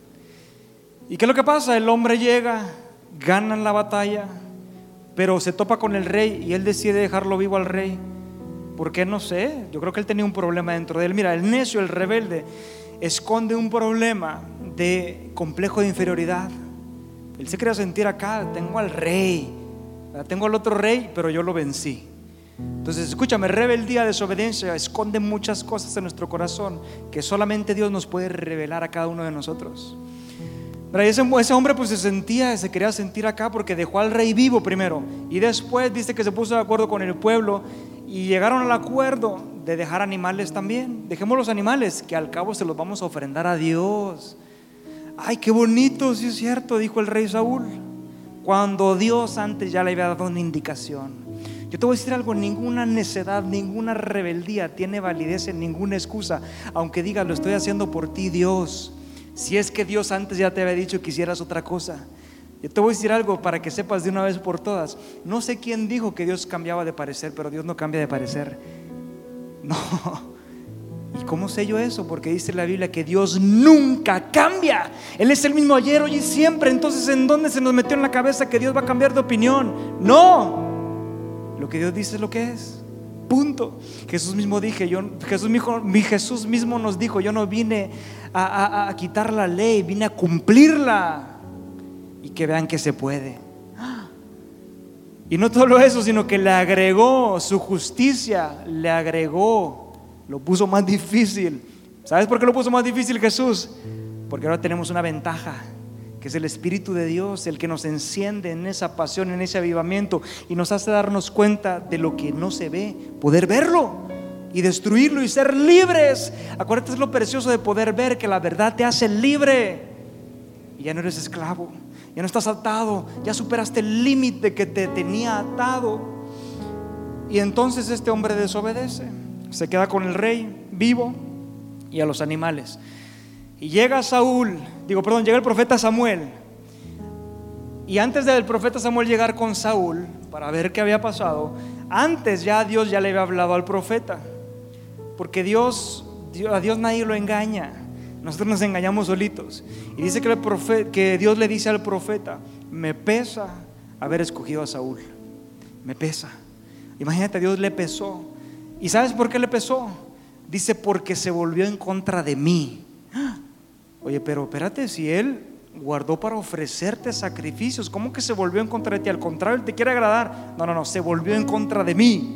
¿Y qué es lo que pasa? El hombre llega, ganan la batalla, pero se topa con el rey y él decide dejarlo vivo al rey. ¿Por qué? No sé. Yo creo que él tenía un problema dentro de él. Mira, el necio, el rebelde, esconde un problema de complejo de inferioridad. Él se quería sentir acá: tengo al rey, tengo al otro rey, pero yo lo vencí. Entonces, escúchame, rebeldía, desobediencia esconde muchas cosas en nuestro corazón que solamente Dios nos puede revelar a cada uno de nosotros. Pero ese, ese hombre pues se sentía, se quería sentir acá porque dejó al rey vivo primero, y después dice que se puso de acuerdo con el pueblo y llegaron al acuerdo de dejar animales también. Dejemos los animales, que al cabo se los vamos a ofrendar a Dios. Ay, qué bonito, sí es cierto, dijo el rey Saúl, cuando Dios antes ya le había dado una indicación. Yo te voy a decir algo: ninguna necedad, ninguna rebeldía tiene validez en ninguna excusa, aunque digas: lo estoy haciendo por ti, Dios. Si es que Dios antes ya te había dicho que hicieras otra cosa. Yo te voy a decir algo para que sepas de una vez por todas. No sé quién dijo que Dios cambiaba de parecer, pero Dios no cambia de parecer. No. ¿Y cómo sé yo eso? Porque dice la Biblia que Dios nunca cambia. Él es el mismo ayer, hoy y siempre. Entonces, ¿en dónde se nos metió en la cabeza que Dios va a cambiar de opinión? No. Lo que Dios dice es lo que es. Punto. Jesús mismo dije, yo, Jesús, mismo, mi Jesús mismo nos dijo: yo no vine a, a, a quitar la ley, vine a cumplirla. Y que vean que se puede. Y no solo eso, sino que le agregó su justicia, le agregó, lo puso más difícil. ¿Sabes por qué lo puso más difícil Jesús? Porque ahora tenemos una ventaja, que es el Espíritu de Dios, el que nos enciende en esa pasión, en ese avivamiento, y nos hace darnos cuenta de lo que no se ve, poder verlo y destruirlo y ser libres. Acuérdate, es lo precioso de poder ver que la verdad te hace libre y ya no eres esclavo, ya no estás atado, ya superaste el límite que te tenía atado. Y entonces este hombre desobedece, se queda con el rey vivo y a los animales. Y llega Saúl, digo, perdón, llega el profeta Samuel. Y antes del profeta Samuel llegar con Saúl para ver qué había pasado, antes ya Dios ya le había hablado al profeta. Porque Dios, Dios a Dios nadie lo engaña. Nosotros nos engañamos solitos. Y dice que, el profeta, que Dios le dice al profeta: me pesa haber escogido a Saúl. Me pesa. Imagínate, Dios le pesó ¿Y sabes por qué le pesó? Dice, porque se volvió en contra de mí. Oye, pero espérate, si él guardó para ofrecerte sacrificios, ¿cómo que se volvió en contra de ti? Al contrario, él te quiere agradar. No, no, no, se volvió en contra de mí.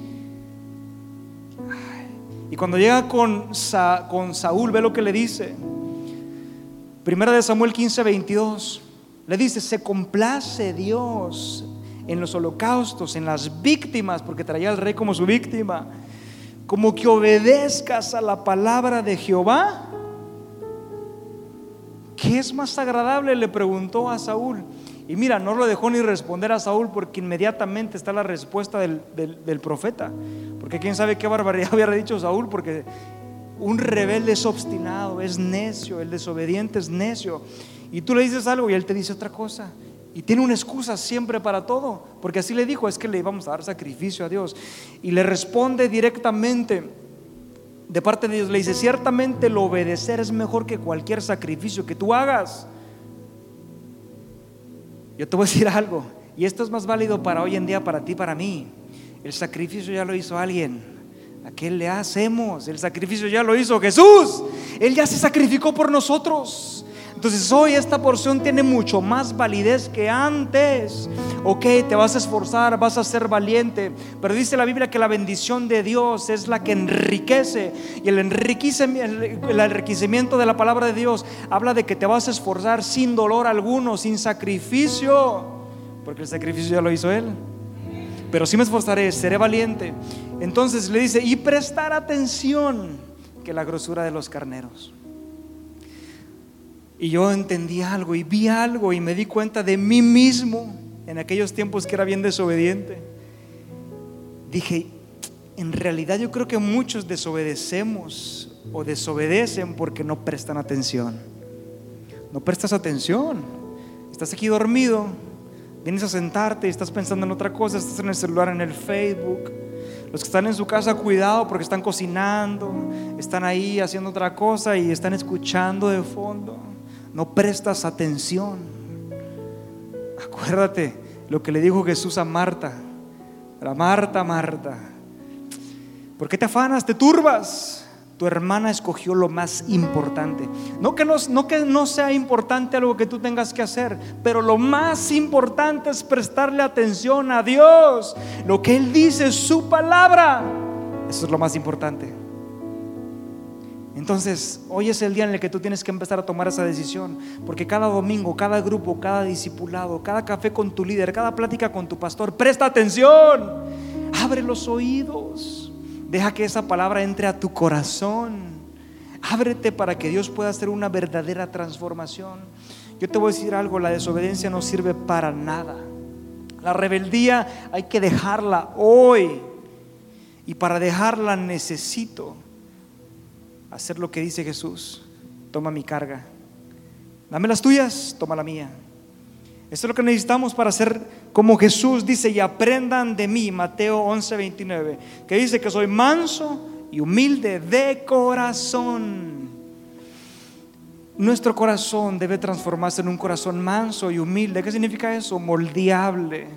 Ay. Y cuando llega con, Sa- con Saúl, ve lo que le dice. Primera de Samuel quince, veintidós. Le dice, se complace Dios en los holocaustos, en las víctimas, porque traía al rey como su víctima, como que obedezcas a la palabra de Jehová. ¿Qué es más agradable?, le preguntó a Saúl. Y mira, no lo dejó ni responder a Saúl, porque inmediatamente está la respuesta del, del, del profeta. Porque quién sabe qué barbaridad había dicho Saúl, porque un rebelde es obstinado, es necio, el desobediente es necio. Y tú le dices algo y él te dice otra cosa. Y tiene una excusa siempre para todo, porque así le dijo, es que le íbamos a dar sacrificio a Dios. Y le responde directamente de parte de Dios, le dice, ciertamente el obedecer es mejor que cualquier sacrificio que tú hagas. Yo te voy a decir algo, y esto es más válido para hoy en día, para ti, para mí. El sacrificio ya lo hizo alguien. ¿A qué le hacemos? El sacrificio ya lo hizo Jesús. Él ya se sacrificó por nosotros. Entonces hoy esta porción tiene mucho más validez que antes. Ok, te vas a esforzar, vas a ser valiente, pero dice la Biblia que la bendición de Dios es la que enriquece. Y el enriquecimiento, el enriquecimiento de la palabra de Dios habla de que te vas a esforzar sin dolor alguno, sin sacrificio, porque el sacrificio ya lo hizo Él. Pero sí me esforzaré, seré valiente. Entonces le dice, y prestar atención que la grosura de los carneros. Y yo entendí algo y vi algo y me di cuenta de mí mismo en aquellos tiempos que era bien desobediente. Dije, en realidad yo creo que muchos desobedecemos o desobedecen porque no prestan atención. No prestas atención. Estás aquí dormido, vienes a sentarte y estás pensando en otra cosa, estás en el celular, en el Facebook. Los que están en su casa, cuidado, porque están cocinando, están ahí haciendo otra cosa y están escuchando de fondo. No prestas atención. Acuérdate lo que le dijo Jesús a Marta. A Marta, Marta, ¿por qué te afanas, te turbas? Tu hermana escogió lo más importante. No que no, no que no sea importante algo que tú tengas que hacer, pero lo más importante es prestarle atención a Dios. Lo que Él dice, su palabra, eso es lo más importante. Entonces, hoy es el día en el que tú tienes que empezar a tomar esa decisión, porque cada domingo, cada grupo, cada discipulado, cada café con tu líder, cada plática con tu pastor, presta atención, abre los oídos, deja que esa palabra entre a tu corazón, ábrete para que Dios pueda hacer una verdadera transformación. Yo te voy a decir algo, la desobediencia no sirve para nada. La rebeldía hay que dejarla hoy, y para dejarla necesito hacer lo que dice Jesús: toma mi carga, dame las tuyas, toma la mía. Esto es lo que necesitamos para ser como Jesús dice, y aprendan de mí, Mateo once, veintinueve, que dice que soy manso y humilde de corazón. Nuestro corazón debe transformarse en un corazón manso y humilde. ¿Qué significa eso? Moldeable,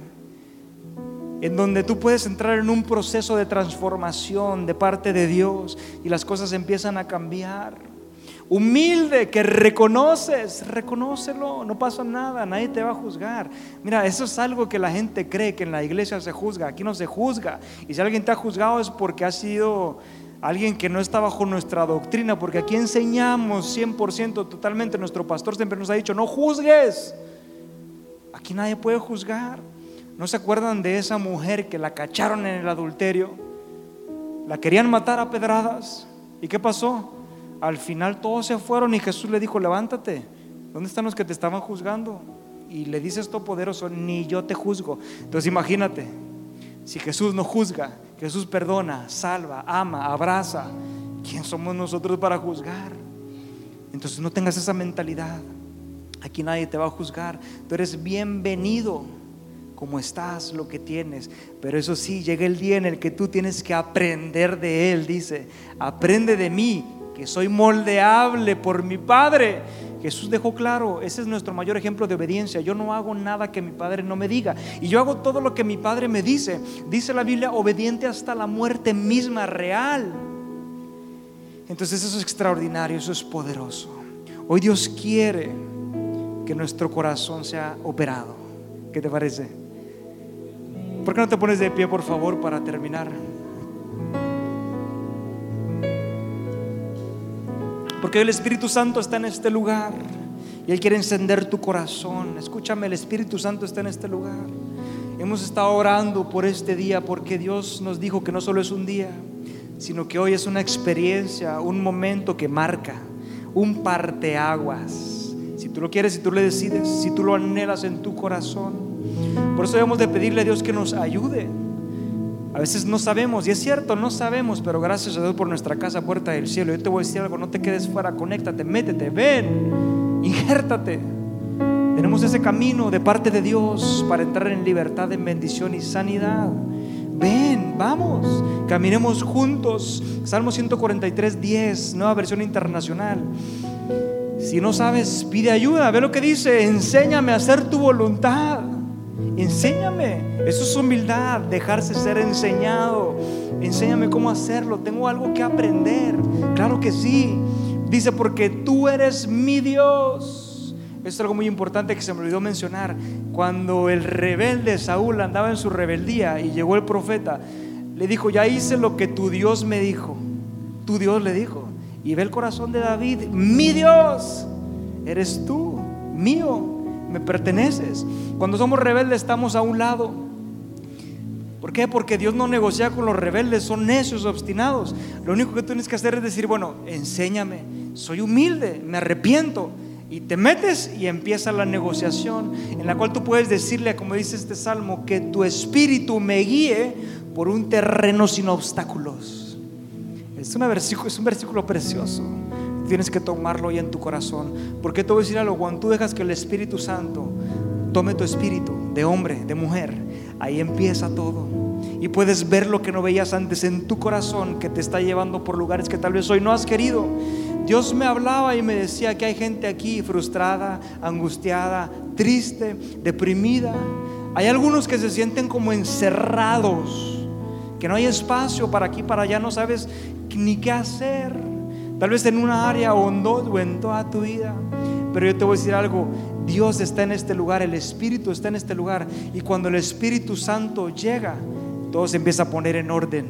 en donde tú puedes entrar en un proceso de transformación de parte de Dios y las cosas empiezan a cambiar. Humilde, que reconoces, reconócelo, no pasa nada, nadie te va a juzgar. Mira, eso es algo que la gente cree, que en la iglesia se juzga. Aquí no se juzga, y si alguien te ha juzgado es porque ha sido alguien que no está bajo nuestra doctrina, porque aquí enseñamos cien por ciento totalmente. Nuestro pastor siempre nos ha dicho: no juzgues. Aquí nadie puede juzgar. ¿No se acuerdan de esa mujer que la cacharon en el adulterio? La querían matar a pedradas. ¿Y qué pasó? Al final todos se fueron y Jesús le dijo: levántate, ¿dónde están los que te estaban juzgando? Y le dice esto poderoso: ni yo te juzgo. Entonces imagínate, si Jesús no juzga, Jesús perdona, salva, ama, abraza, ¿quién somos nosotros para juzgar? Entonces no tengas esa mentalidad. Aquí nadie te va a juzgar. Tú eres bienvenido como estás, lo que tienes. Pero eso sí, llega el día en el que tú tienes que aprender de Él. Dice: aprende de mí, que soy moldeable por mi Padre. Jesús dejó claro, ese es nuestro mayor ejemplo de obediencia. Yo no hago nada que mi Padre no me diga, y yo hago todo lo que mi Padre me dice. Dice la Biblia, obediente hasta la muerte misma, real. Entonces eso es extraordinario, eso es poderoso. Hoy Dios quiere que nuestro corazón sea operado. ¿Qué te parece? ¿Por qué no te pones de pie, por favor, para terminar? Porque el Espíritu Santo está en este lugar y Él quiere encender tu corazón. Escúchame, el Espíritu Santo está en este lugar. Hemos estado orando por este día porque Dios nos dijo que no solo es un día, sino que hoy es una experiencia, un momento que marca, un parteaguas. Si tú lo quieres, si tú lo decides, si tú lo anhelas en tu corazón. Por eso debemos de pedirle a Dios que nos ayude. A veces no sabemos, y es cierto, no sabemos, pero gracias a Dios por nuestra casa, Puerta del Cielo. Yo te voy a decir algo, no te quedes fuera, conéctate, métete, ven, injértate. Tenemos ese camino de parte de Dios para entrar en libertad, en bendición y sanidad. Ven, vamos, caminemos juntos. Salmo ciento cuarenta y tres, diez, nueva versión internacional. Si no sabes, pide ayuda. Ve lo que dice: enséñame a hacer tu voluntad. Enséñame. Eso es humildad, dejarse ser enseñado. Enséñame cómo hacerlo, tengo algo que aprender. Claro que sí. Dice, porque tú eres mi Dios. Esto es algo muy importante que se me olvidó mencionar. Cuando el rebelde Saúl andaba en su rebeldía y llegó el profeta, le dijo: ya hice lo que tu Dios me dijo. Tu Dios le dijo. Y ve el corazón de David: mi Dios, eres tú, mío, me perteneces. Cuando somos rebeldes estamos a un lado. ¿Por qué? Porque Dios no negocia con los rebeldes, son necios, obstinados. Lo único que tú tienes que hacer es decir: bueno, enséñame, soy humilde, me arrepiento. Y te metes y empieza la negociación, en la cual tú puedes decirle, como dice este salmo, que tu espíritu me guíe por un terreno sin obstáculos. Es, una versículo, es un versículo precioso. Tienes que tomarlo hoy en tu corazón. Porque te voy a decir algo: cuando tú dejas que el Espíritu Santo tome tu espíritu de hombre, de mujer, ahí empieza todo. Y puedes ver lo que no veías antes en tu corazón, que te está llevando por lugares que tal vez hoy no has querido. Dios me hablaba y me decía que hay gente aquí frustrada, angustiada, triste, deprimida. Hay algunos que se sienten como encerrados, que no hay espacio para aquí, para allá, no sabes ni qué hacer. Tal vez en una área o en dos o en toda tu vida. Pero yo te voy a decir algo: Dios está en este lugar, el Espíritu está en este lugar. Y cuando el Espíritu Santo llega, todo se empieza a poner en orden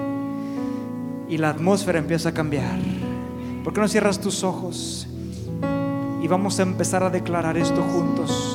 y la atmósfera empieza a cambiar. ¿Por qué no cierras tus ojos? Y vamos a empezar a declarar esto juntos.